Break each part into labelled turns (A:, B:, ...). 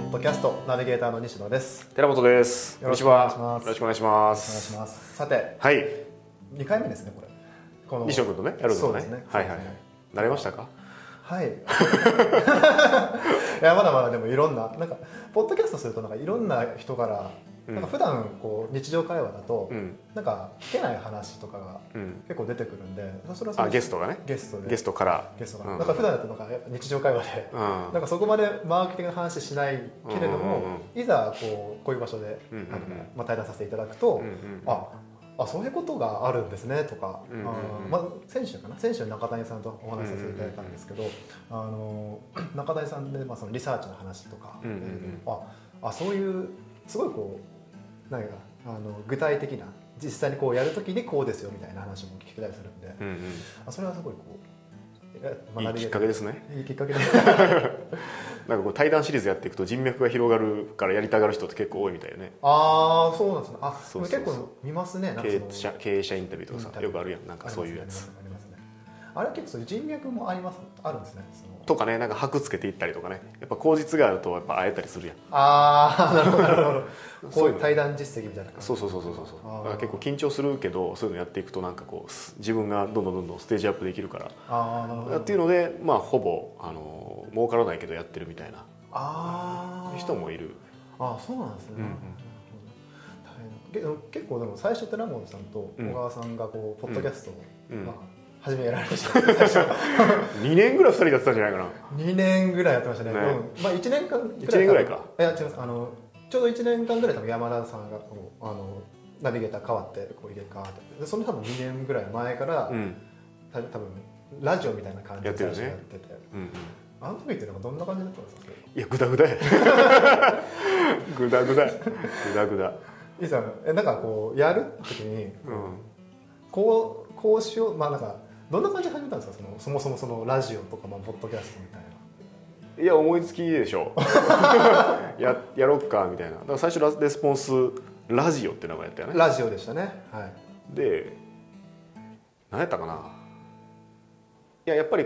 A: ッドキャストナビゲーターの西野です。
B: 寺本です。
A: よろしくお願いします。
B: よろしくお願いします。
A: さて、
B: はい。
A: 2回目ですね、この
B: 西野君とねやるのね。
A: そうですね。
B: はいはい。慣れましたか？
A: はい。いやまだまだでもいろんなポッドキャストするといろんな人から普段日常会話だと聞けない話とかが結構出てくるんで、それは
B: ゲストがね。ゲストから
A: 普段だと日常会話でそこまでマーケティングの話しないけれども、いざこういう場所で対談させていただくと、そういうことがあるんですねとか、先週中谷さんとお話しさせていただいたんですけど、中谷さんでそのリサーチの話とか、そういうすごい具体的な実際にやるときにこうですよみたいな話も聞けたりするんで、それはすごい
B: いいきっかけですね。
A: いいきっかけです。
B: 対談シリーズやっていくと人脈が広がるからやりたがる人って結構多いみたいよね。
A: そうなんですね。結構見ますね。
B: 経営者インタビューとかさ、よくあるやん、そういうやつ。
A: あれ結構人脈もあるんですね。
B: とかね、箔つけていったりとかね、やっぱ口実があるとやっぱ会えたりするやん。
A: なるほどなるほど。こういう対談実績みたいな感じ。
B: そう。だから結構緊張するけど、そういうのやっていくと自分がどんどんステージアップできるから。っていうのでほぼ儲からないけどやってるみたいな人もいる。
A: そうなんですね。結構でも最初寺本さんと小川さんがポッドキャストを初めやられました。
B: 2年ぐらい2人でやってたんじゃないかな。
A: 2年ぐらいやってましたね。1年間
B: ぐらいか。
A: いや違います。ちょうど1年間ぐらい山田さんがナビゲーター変わって入れ替わって、その多分2年ぐらい前から多分ラジオみたいな感じで最初やってて、あの時ってどんな感じだったんですか？
B: いやグダグダや。グダグダ。
A: いいさやる時にこうしようどんな感じで始めたんですか？そもそもラジオとかポッドキャストみたいな。
B: いや思いつきでしょ。やろっかみたいな。だから最初レスポンスラジオって名前やったよね。
A: ラジオでしたね。はい。
B: で何やったかな。やっぱり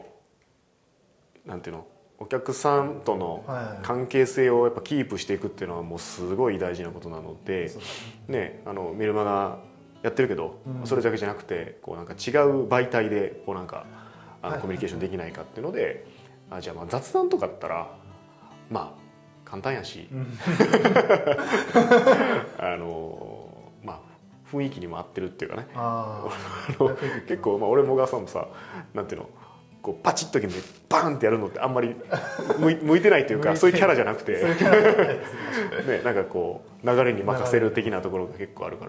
B: なんていうの、お客さんとの関係性をやっぱキープしていくっていうのはもうすごい大事なことなので、ね、メルマガやってるけど、それだけじゃなくて違う媒体でコミュニケーションできないかっていうので、じゃあ雑談とかだったら簡単やし、雰囲気にも合ってるっていうかね。結構俺も小川さんもさ、なんていうの、パチッと決めてバーンってやるのってあんまり向いてないというか、そういうキャラじゃなくて、ね、流れに任せる的なところが結構あるから、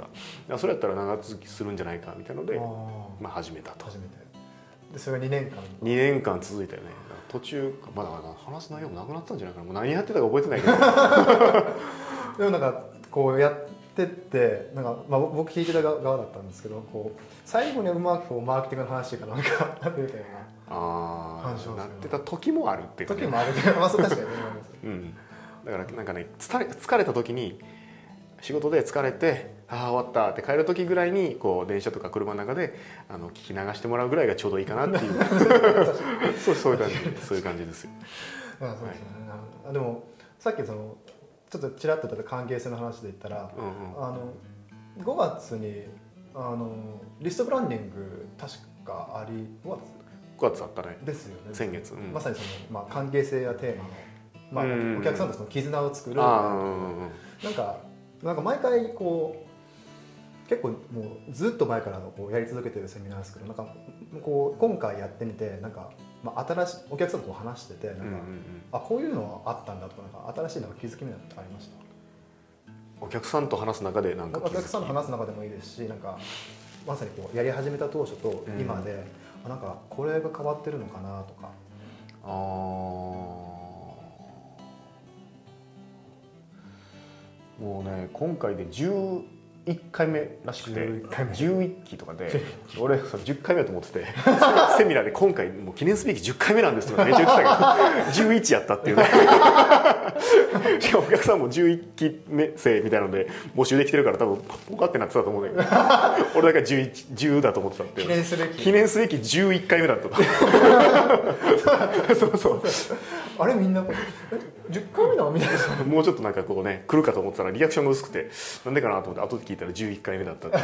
B: それやったら長続きするんじゃないかみたいなので始めたと。
A: でそれが2
B: 年間続いたよね。途中まだ話す内容もなくなったんじゃないかな。もう何やってたか覚えてないけど。
A: でもやってって僕聞いてた側だったんですけど、最後にうまくマーケティングの話かなってみたいな感じ
B: なってた時もあるっていうか、
A: 時もあるけど、確かにね。
B: だから疲れた時に、仕事で疲れて終わったって帰る時ぐらいに電車とか車の中で聞き流してもらうぐらいがちょうどいいかなっていう。そういう感じですよ。
A: そうですね。でもさっきちょっとちらっと言った関係性の話で言ったら、5月にリストブランディング確か5
B: 月あったね。
A: ですよね。
B: 先月。
A: まさに関係性やテーマのお客さんとその絆を作る。毎回結構もうずっと前からやり続けてるセミナーですけど、今回やってみて新しいお客さんと話しててこういうのあったんだとか新しい気づきみたいなのってありました？
B: お客さんと話す中で
A: お客さんと話す中でもいいですし、まさにやり始めた当初と今でこれが変わってるのかなとか。
B: もうね、今回で11回目らしくて、11期とかで俺10回目だと思ってて、セミナーで今回もう記念すべき10回目なんですとかめっちゃ言ってたけど11やったっていうね。しかもお客さんも11期目生みたいなので募集できてるから、多分ポカってなってたと思うんだけど、俺だけ10だと思ってたっていう。記念すべき11回目だったと。そう
A: あれみんな10回目だみたいな
B: もうちょっとなんかこうね来るかと思ってたらリアクションが薄くてなんでかなと思って後で聞いたら11回目だった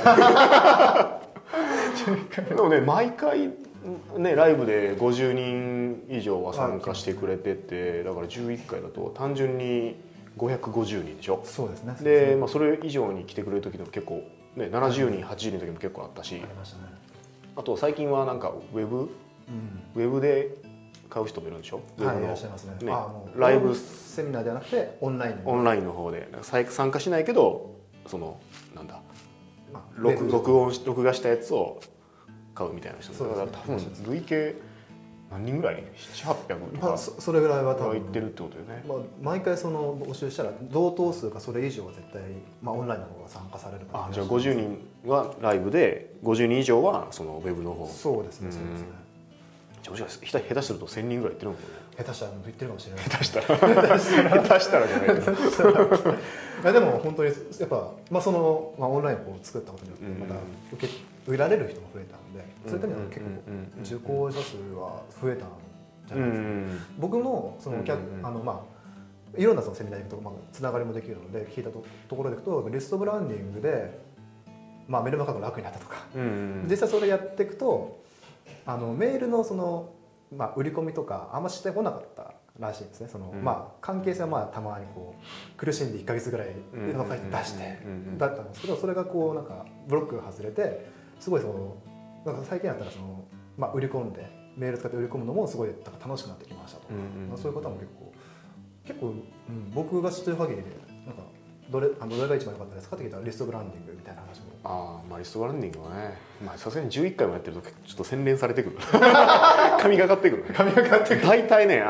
B: でもね毎回ねライブで50人以上は参加してくれててだから11回だと単純に550人でしょ。
A: そうですね。
B: で、まあ、それ以上に来てくれる時でも結構ね70人80人の時も結構あったし、
A: ありましたね。
B: あと最近はなんかウェブで買う人もいるんでしょ。
A: はい、いらっしゃいますね。
B: ライブ
A: セミナーではなくてオンライ
B: ンの方で参加しないけどそのなんだ録画したやつを買うみたいな人だから多分累計何人ぐらい700、800とか
A: それぐらいは多分
B: いってるってことよね。
A: 毎回その募集したら同等数かそれ以上は絶対オンラインの方が参加されるから。
B: じゃあ50人はライブで50人以上はそのウェブの方。
A: そうですね。そうですね。
B: じゃあもし下手すると1000人ぐらいいってるのかもね。
A: 下手したら言ってるかもしれない。
B: 下手したらじゃないけど
A: でも本当にやっぱ、その、オンラインを作ったことによってまた受けられる人も増えたので、そういった意味では結構受講者数は増えたんじゃないですか。僕もそのいろんなそのセミナーに行くとつながりもできるので聞いたところでいくとリストブランディングでメルマガが楽になったとか、実際それやっていくとメールのその売り込みとかあんましてこなかったらしいんですね。その関係性はたまにこう苦しんで1ヶ月ぐらいの書いて出してだったんですけど、それがこうなんかブロックが外れてすごいそのなんか最近だったらその売り込んでメール使って売り込むのもすごい楽しくなってきましたとか、そういう方も結構、僕が知ってる限りでなんかどれが一番良かったですかって聞いたらリストブランディングみたいな話も。
B: リストブランディングはねさすがに11回もやってるとちょっと洗練されてくる神がかってくる大体ね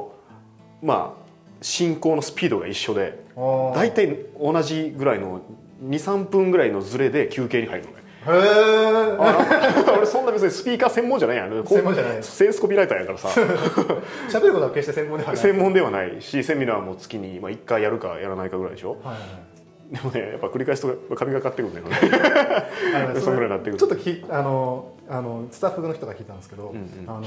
B: 進行のスピードが一緒で大体同じぐらいの 2,3 分ぐらいのズレで休憩に入るのね。
A: へえ。
B: 俺そんな別にスピーカー専門じゃないやん。
A: 専門じゃない。
B: セールスコピーライターやからさ
A: 喋ることは決して専門ではない。
B: 専門ではないしセミナーも月に1回やるかやらないかぐらいでしょ。でもねやっぱ繰り返すと神がかってくるんだよね。そのぐらいになってくる。
A: ちょっとスタッフの人が聞いたんですけど、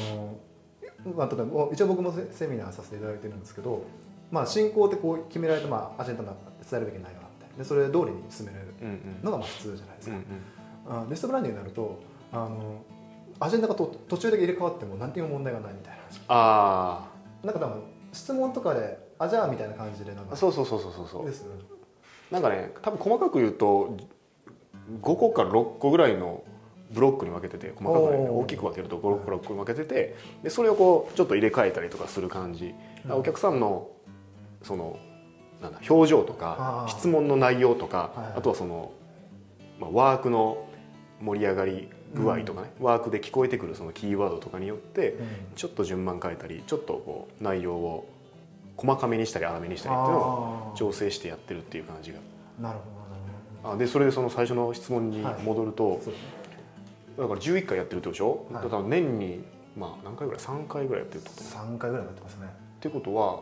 A: 一応僕もセミナーさせていただいてるんですけど、進行ってこう決められたアジェンダの中で伝えるべき内容があってでそれ通りに進められるのが普通じゃないですか。リストブランディングになるとアジェンダが途中で入れ替わっても何ていう問題がないみたいな。なんか多分質問とかでじゃあみたいな感じでなんか
B: そうですなんかね多分細かく言うと5個か6個ぐらいのブロックに分けてて細かく、大きく分けると5個か6個に分けててでそれをこうちょっと入れ替えたりとかする感じ、お客さんのその表情とか質問の内容とか、あとはその、ワークの盛り上がり具合とかね、ワークで聞こえてくるそのキーワードとかによってちょっと順番変えたりちょっとこう内容を細かめにしたり粗めにしたりっていうのを調整してやってるっていう感じが。
A: なるほど。
B: でそれでその最初の質問に戻ると、だから11回やってるってことでしょ。だから年に何回ぐらい3回ぐらいやってるってこと。
A: 3回ぐらいやってますね。
B: ってことは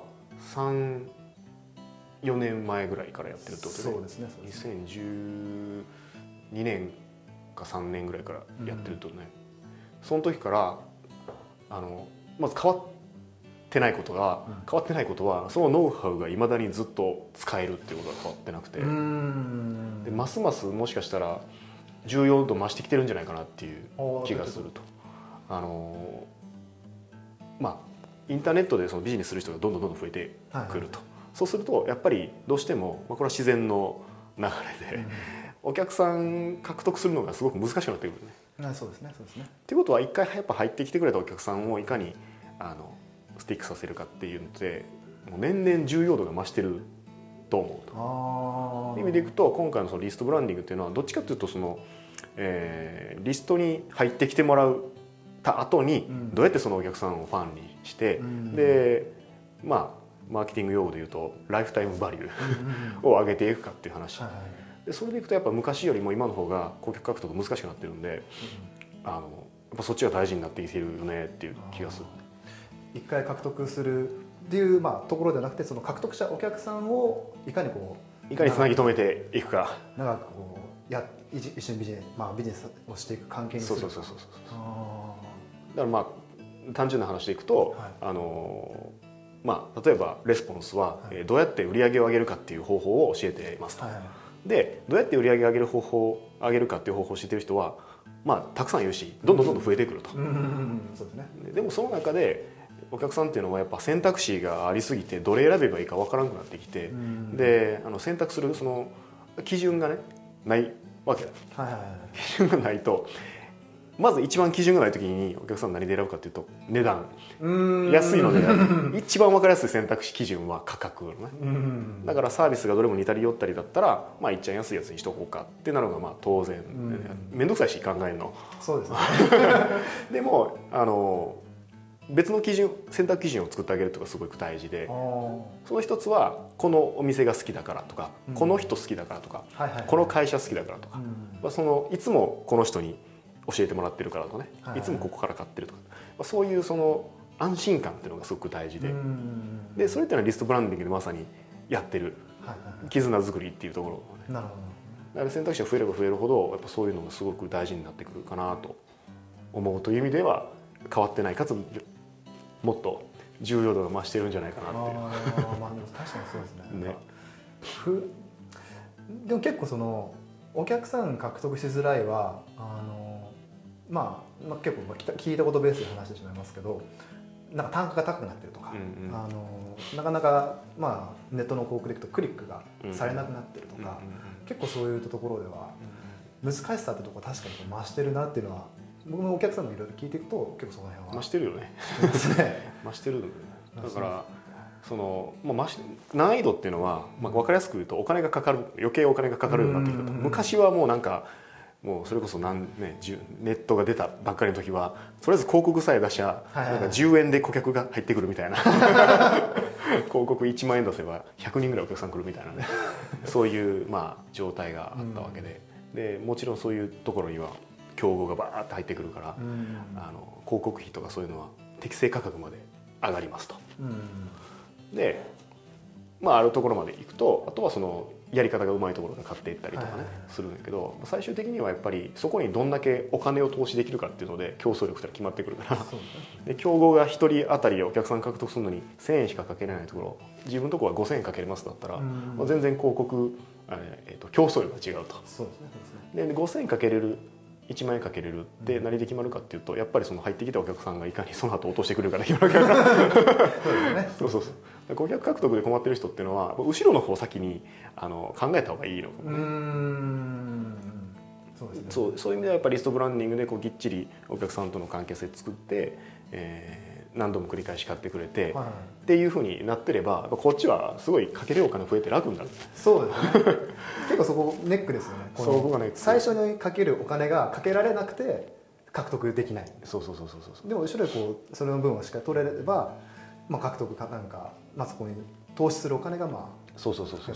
B: 3-4年前ぐらいからやってるってことで。
A: そうですね。
B: 2012年か3年ぐらいからやってるってことね。その時からまず変わってないことはそのノウハウがいまだにずっと使えるっていうことが変わってなくて、でますますもしかしたら重要度増してきてるんじゃないかなっていう気がすると。インターネットでそのビジネスする人がどんどん増えてくると、そうするとやっぱりどうしてもこれは自然の流れで、お客さん獲得するのがすごく難しくなってくるね。
A: そうですね。
B: っていうことは一回やっぱ入ってきてくれたお客さんをいかにスティックさせるかっていうのでもう年々重要度が増してると思うと。意味でいくと今回のそのリストブランディングっていうのはどっちかというとその、リストに入ってきてもらった後にどうやってそのお客さんをファンにして、でマーケティング用語で言うとライフタイムバリューを上げていくかっていう話。でそれでいくとやっぱ昔よりも今の方が顧客獲得難しくなってるんで、やっぱそっちが大事になってきてるよねっていう気がする。
A: 一回獲得するっていうところではなくてその獲得したお客さんをいかに
B: つなぎ止めていくか
A: 長く一緒にビジネスをしていく関係にするか。
B: だから単純な話でいくと、 まあ、例えばレスポンスは、どうやって売り上げを上げるかっていう方法を教えていますと。でどうやって売り上げを上げるかっていう方法を知ってる人は、まあ、たくさんいるしどんどん増えてくると。でもその中でお客さんっていうのはやっぱ選択肢がありすぎてどれ選べばいいか分からなくなってきて、で選択するその基準がねないわけだ。基準がないとまず一番基準がない時にお客さん何で選ぶかっていうと値段、安いので選ぶ一番分かりやすい選択肢基準は価格、ね、だからサービスがどれも似たり寄ったりだったら、まあ、いっちゃん安いやつにしとこうかってなるのがまあ当然、面倒くさいし考えるの。
A: そうですね
B: でも別の選択基準を作ってあげるとかすごく大事で、その一つはこのお店が好きだからとか、この人好きだからとか、この会社好きだからとか、いつもこの人に教えてもらってるからとかね、いつもここから買ってるとか、そういうその安心感っていうのがすごく大事で、でそれっていうのはリストブランディングでまさにやってる絆作りっていうところ、だから選択肢が増えれば増えるほどやっぱそういうのがすごく大事になってくるかなと思うという意味では変わってない、かつもっと重要度が増してるんじゃないかなっていう。
A: まあでも確かにそうですね。でも結構そのお客さん獲得しづらいはまあ結構聞いたことベースで話してしまいますけど、なんか単価が高くなってるとか、なかなかまあネットの広告でいくとクリックがされなくなってるとか、結構そういうところでは難しさってところ確かに増してるなっていうのは僕もお客さんもいろいろ聞いていくと結構その辺は
B: 増してるよね。増してる。だからその、難易度っていうのは、分かりやすく言うとお金がかかる、余計お金がかかるようになってきたと。昔はもうなんかもうそれこそネットが出たばっかりの時はとりあえず広告さえ出しゃなんか10円で顧客が入ってくるみたいな広告1万円出せば100人ぐらいお客さん来るみたいなねそういう状態があったわけで、でもちろんそういうところには競合がバーッと入ってくるから、広告費とかそういうのは適正価格まで上がりますと。であるところまで行くとあとはそのやり方がうまいところで買っていったりとかねするんだけど、最終的にはやっぱりそこにどんだけお金を投資できるかっていうので競争力って決まってくるからで競合が1人当たりお客さん獲得するのに1000円しかかけれないところ自分のところは5000円かけれますだったら、全然広告競争力が違うと。で5000円かけれる1万円かけれるって何で決まるかっていうとやっぱりその入ってきたお客さんがいかにその後落としてくるから決まるから顧客獲得で困ってる人っていうのは後ろの方先に考えた方がいいのかもね。そういう意味ではやっぱりリストブランディングでぎっちりお客さんとの関係性作って、何度も繰り返し買ってくれて、っていうふうになってればこっちはすごいかけるお金増えて楽になる。
A: そうですね結構そこネックですよね。そこがね、最初にかけるお金がかけられなくて獲得できない。でも後ろでそれの分をしっかり取れれば、獲得かなんか、そこに投資するお金が
B: そうなんですよ。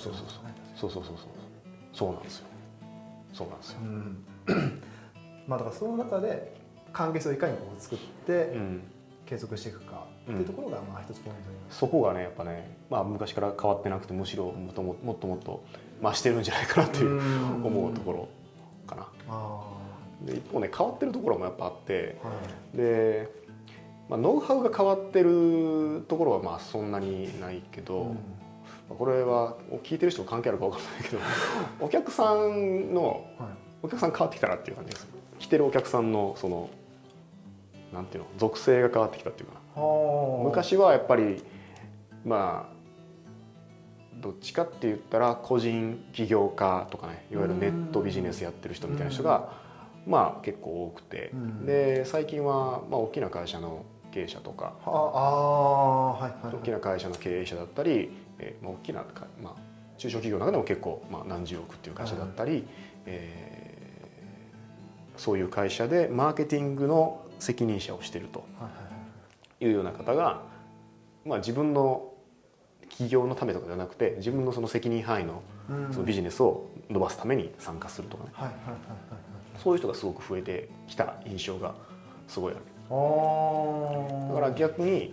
B: そうなんですよ。
A: だからその中で関係性をいかに作って継続していくかっていうところが一つポイントになる。
B: そこがねやっぱね、昔から変わってなくてむしろもっともっと増してるんじゃないかなっていう思うところかな。で一方ね変わってるところもやっぱあって、でノウハウが変わってるところはそんなにないけど、これは聞いてる人も関係あるか分からないけどお客さん変わってきたなっていう感じです。来てるお客さんのそのなんていうの属性が変わってきたっていうかな。昔はやっぱりどっちかって言ったら個人起業家とかね、いわゆるネットビジネスやってる人みたいな人が結構多くて、で最近は大きな会社の経営者とか大きな会社の経営者だったり、大きな中小企業の中でも結構何十億っていう会社だったり、そういう会社でマーケティングの責任者をしているというような方が、自分の企業のためとかじゃなくて自分のその責任範囲のそのビジネスを伸ばすために参加するとかね、そういう人がすごく増えてきた印象がすごいある。だから逆に、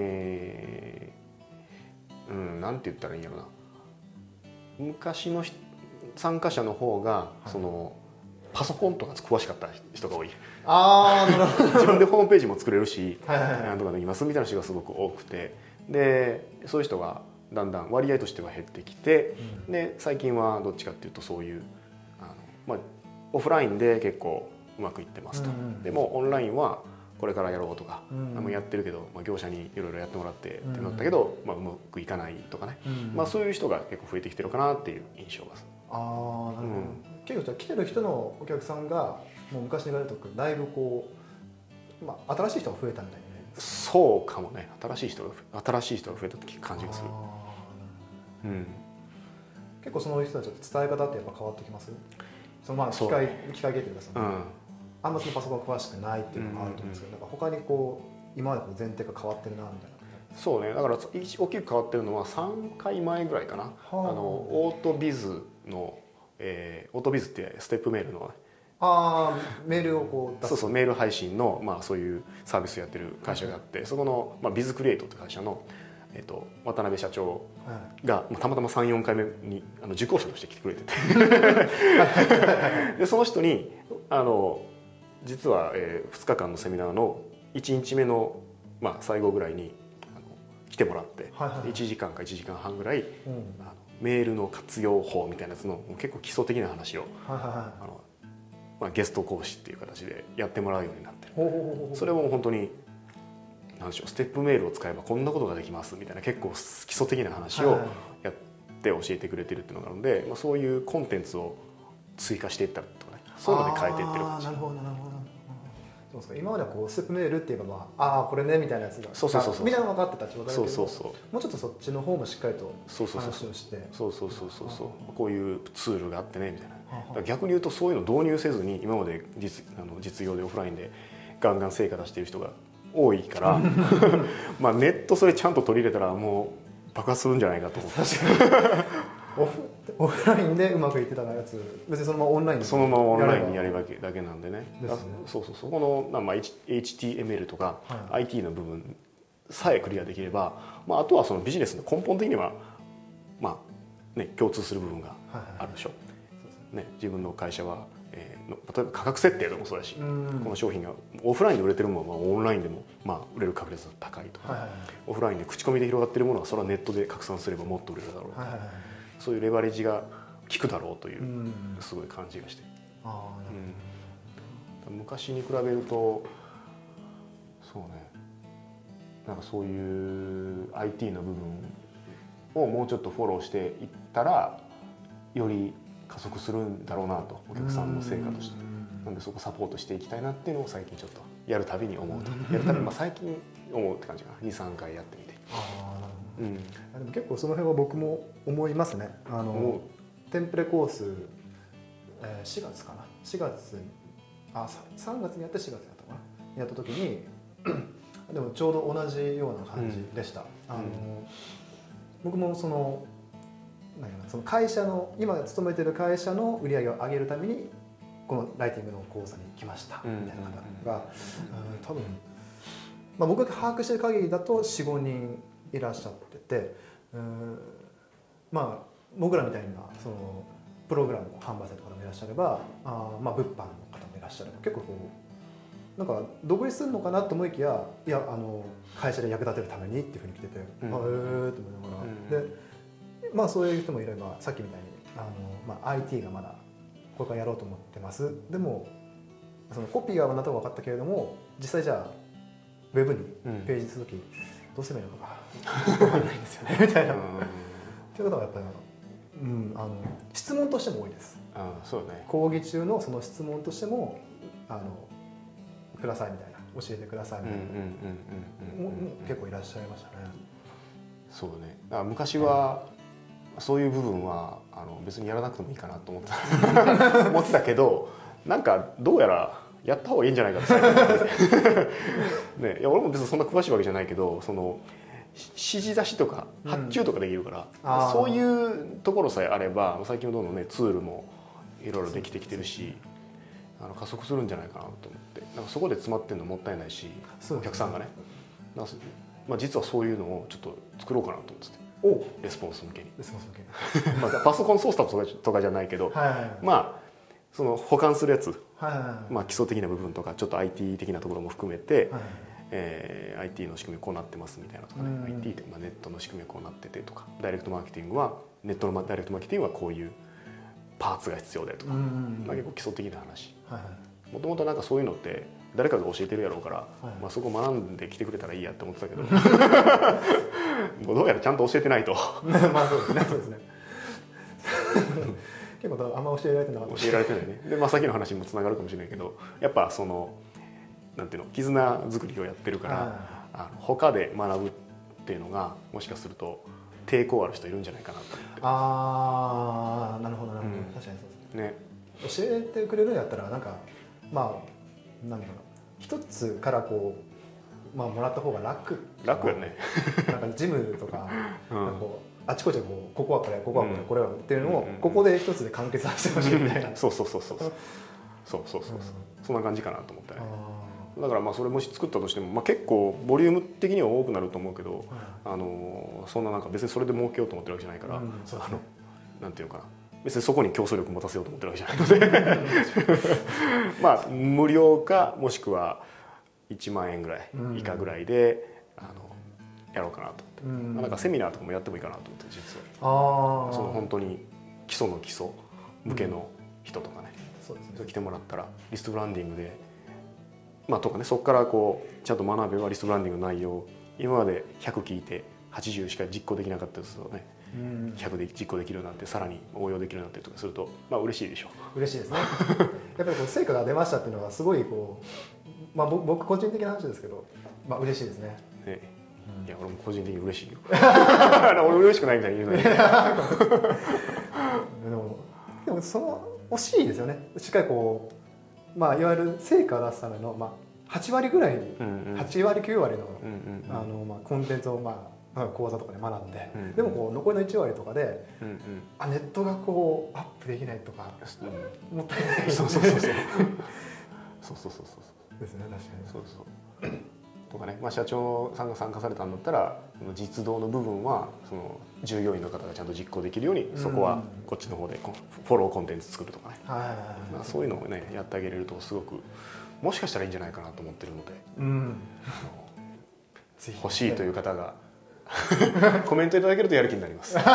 B: なんて言ったらいいんやろな、昔の参加者の方がそのパソコンとか詳しかった人が多い。なるほど。自分でホームページも作れるし、なんとかできますみたいな人がすごく多くて、 でそういう人がだんだん割合としては減ってきて、で最近はどっちかっていうとそういうオフラインで結構うまくいってますと、でもオンラインはこれからやろうとか、やってるけど、業者にいろいろやってもらってってなったけど、うまくいかないとかね、そういう人が結構増えてきてるかなっていう印象が。
A: ああ、なるほど。結構来てる人のお客さんがもう昔に比べるとだいぶこう、新しい人が増えたみたいなね。
B: そうかもね。新しい人が増えたって感じがする。
A: 結構その人たちの伝え方ってやっぱ変わってきます？その機械系というかあんまそのパソコン詳しくないっていうのがあると思うんですけど、なんか他にこう今までの前提が変わってるなみたいな。
B: そうね。だから大きく変わってるのは3回前ぐらいかな。オートビズの、オートビズってステップメールの
A: メールをこう出す。
B: そうメール配信のそういうサービスをやってる会社があって、そこのビズクリエイトという会社の渡辺社長がたまたま 3,4 回目に受講者として来てくれててでその人に実は2日間のセミナーの1日目の最後ぐらいに来てもらって、1時間か1時間半ぐらいメールの活用法みたいなやつの結構基礎的な話をゲスト講師っていう形でやってもらうようになってる。それも本当になんでしょう、ステップメールを使えばこんなことができますみたいな結構基礎的な話をやって教えてくれてるっていうのがあるので、そういうコンテンツを追加していったりとかね、そういうので変えていってる感じ。
A: なるほどなるほど。そうですか。今まではこうステップメールって言えばこれねみたいなやつがみんな分かってた状態だけど、もうちょっとそっちの方もしっかりと話をして、
B: こういうツールがあってねみたいな。逆に言うとそういうの導入せずに今まで実業でオフラインでガンガン成果出している人が多いからネットそれちゃんと取り入れたらもう爆発するんじゃないかと思って。
A: オフラインでうまくいってたやつ別にそのままオンラインに
B: やるだけなんでね。そこのHTML とか IT の部分さえクリアできれば、あとはそのビジネスの根本的には共通する部分があるでしょ。自分の会社は例えば価格設定でもそうだし、この商品がオフラインで売れてるものはオンラインでも売れる確率が高いとか、オフラインで口コミで広がってるものはそれはネットで拡散すればもっと売れるだろうとか、そういうレバレッジが効くだろうというすごい感じがして、昔に比べるとそうね、なんかそういう IT の部分をもうちょっとフォローしていったらより加速するんだろうなと、お客さんの成果として。なんでそこサポートしていきたいなっていうのを最近ちょっとやるたびに思うと、最近思うって感じかな。 2,3 回やってみて。
A: でも結構その辺は僕も思いますね。テンプレコース、4月かな、4月3月にやって4月にやったかな、やった時にでもちょうど同じような感じでした。僕もその会社の今勤めてる会社の売り上げを上げるためにこのライティングの講座に来ましたみたいな方が多分、僕が把握してる限りだと 4,5 人いらっしゃってて、僕らみたいなそのプログラムを販売された方もいらっしゃれば、物販の方もいらっしゃる。結構こうなんか独立するのかなと思いきや、いや会社で役立てるためにっていうふうに来てて、と思いながらで。そういう人もいれば、さっきみたいにIT がまだこれからやろうと思ってます、でもそのコピーはなんとか分かったけれども実際じゃあウェブにページするときどうすればいいのか分かんないんですよねみたいなということはやっぱり質問としても多いです。
B: そうね、
A: 講義中のその質問としてもくださいみたいな、教えてくださいみたいな結構いらっしゃいましたね。
B: そうね、だから昔はそういう部分は別にやらなくてもいいかなと思ってたけど、なんかどうやらやった方がいいんじゃないかってね、いや俺も別にそんな詳しいわけじゃないけど、その指示出しとか発注とかできるから、そういうところさえあれば最近はどんどんねツールもいろいろできてきてるし、加速するんじゃないかなと思って、なんかそこで詰まってるのもったいないし、お客さんがね、実はそういうのをちょっと作ろうかなと思ってて。レスポンス向けにパソコン操作とかじゃないけど、その保管するやつ、基礎的な部分とかちょっと IT 的なところも含めて、 IT の仕組みこうなってますみたいなとかね、IT ってネットの仕組みはこうなっててとか、ダイレクトマーケティングはネットのダイレクトマーケティングはこういうパーツが必要でとか、結構基礎的な話、もともとなんかそういうのって誰かが教えてるやろうから、そこ学んできてくれたらいいやって思ってたけどどうやらちゃんと教えてないと
A: まあそうですね、そうですね結構あんま教えられてなかった。
B: 教えられてないね。で、さっきの話にもつながるかもしれないけど、やっぱそのなんていうの、絆作りをやってるから、他で学ぶっていうのがもしかすると抵抗ある人いるんじゃないかなと思って。
A: ああ、なるほどなるほど、確かにそうですね。教えてくれるんやったらなんかなんだろう、一つからこうもらった方が楽
B: よね。
A: なんかジムとか、なんかこうあちこちでここはこれ、ここはこれ、これはっていうのをここで一つで完結させてほしいみたいな。
B: そうそんな感じかなと思ったね。だからそれもし作ったとしても、結構ボリューム的には多くなると思うけど、そんななんか別にそれで儲けようと思ってるわけじゃないから、なんていうのかな、別にそこに競争力持たせようと思ってるわけじゃないので無料かもしくは1万円ぐらい以下ぐらいでやろうかなと思って、なんかセミナーとかもやってもいいかなと思って実は。その本当に基礎の基礎向けの人とかね、それ来てもらったらリストブランディングでとかね、そこからこうちゃんと学べばリストブランディングの内容、今まで100聞いて80しか実行できなかったやつをね、100で実行できるようになって、さらに応用できるようになったりとかすると嬉しいでしょう。
A: 嬉しいですねやっぱりこう成果が出ましたっていうのがすごいこう、僕個人的な話ですけど、嬉しいですね。
B: いや俺も個人的に嬉しいよ俺嬉しくないみたいに言うのに
A: でもその惜しいですよね。しっかりこういわゆる成果を出すための8割ぐらい、8割9割のコンテンツを講座とかで学んで、でもこう残りの1割とかで、ネットがこうアップできないとか、もったいないですね。そうですね、
B: 確かに。とかね、社長さんが参加されたんだったら、実動の部分はその従業員の方がちゃんと実行できるように、そこはこっちの方でフォローコンテンツ作るとかね、そういうのをねやってあげれるとすごくもしかしたらいいんじゃないかなと思ってるので、欲しいという方がコメントいただけるとやる気になりますぜ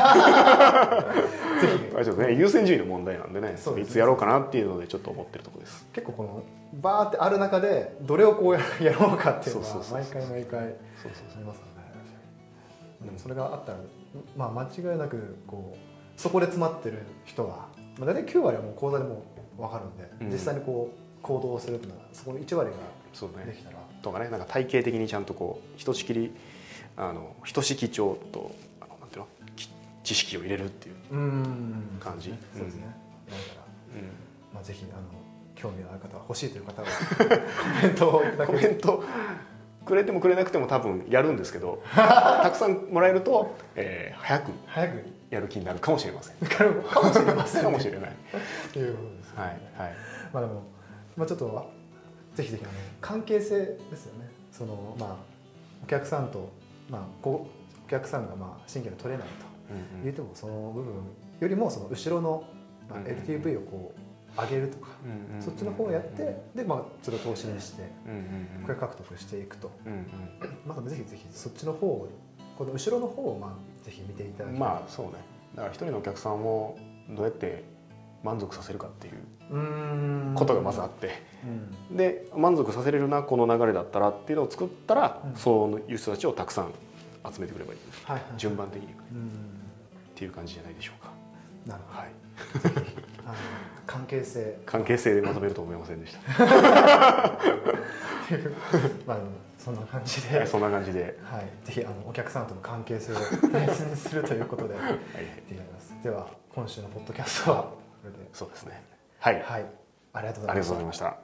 B: ひちょっとね、優先順位の問題なんでね、いつやろうかなっていうのでちょっと思ってるところです。
A: 結構このバーってある中でどれをこうやろうかっていうのは毎回ありますよね。でもそれがあったら間違いなくこうそこで詰まってる人は大体9割はもう講座でも分かるんで、実際にこう行動するっていうのはそこの1割ができたら
B: とかね、なんか体系的にちゃんとこうひとしきりひとしき帳となんていうの知識を入れるっていう感じ。
A: そうですね。だからぜひ興味のある方は、欲しいという方はコメントをいただける。
B: コメントくれてもくれなくても多分やるんですけどたくさんもらえると、早くやる気になるかもしれません。
A: かもしれません。
B: かもしれない
A: ということですね。
B: はい。
A: でもちょっとぜひぜひ関係性ですよね。そのお客さんとお客さんが神経が取れないと言っても、その部分よりもその後ろの LTV をこう上げるとか、そっちの方をやって、でそれを投資にして顧客獲得していくと、ぜひぜひそっちの方を、この後ろの方をぜひ見ていただきたい。
B: そうね。だから一人のお客さんをどうやって満足させるかっていうことがまずあって、で満足させれるなこの流れだったらっていうのを作ったら、そういう人たちをたくさん集めてくればいい、順番的にっていう感じじゃないでしょうか。
A: なるほど。ぜひ関係性
B: でまとめると思いませんでした
A: そんな感じで、
B: そんな感じで、
A: ぜひお客さんとの関係性を大切にするということででは今週のポッドキャストはこれで。
B: そうですね。
A: はい、ありがとうございました。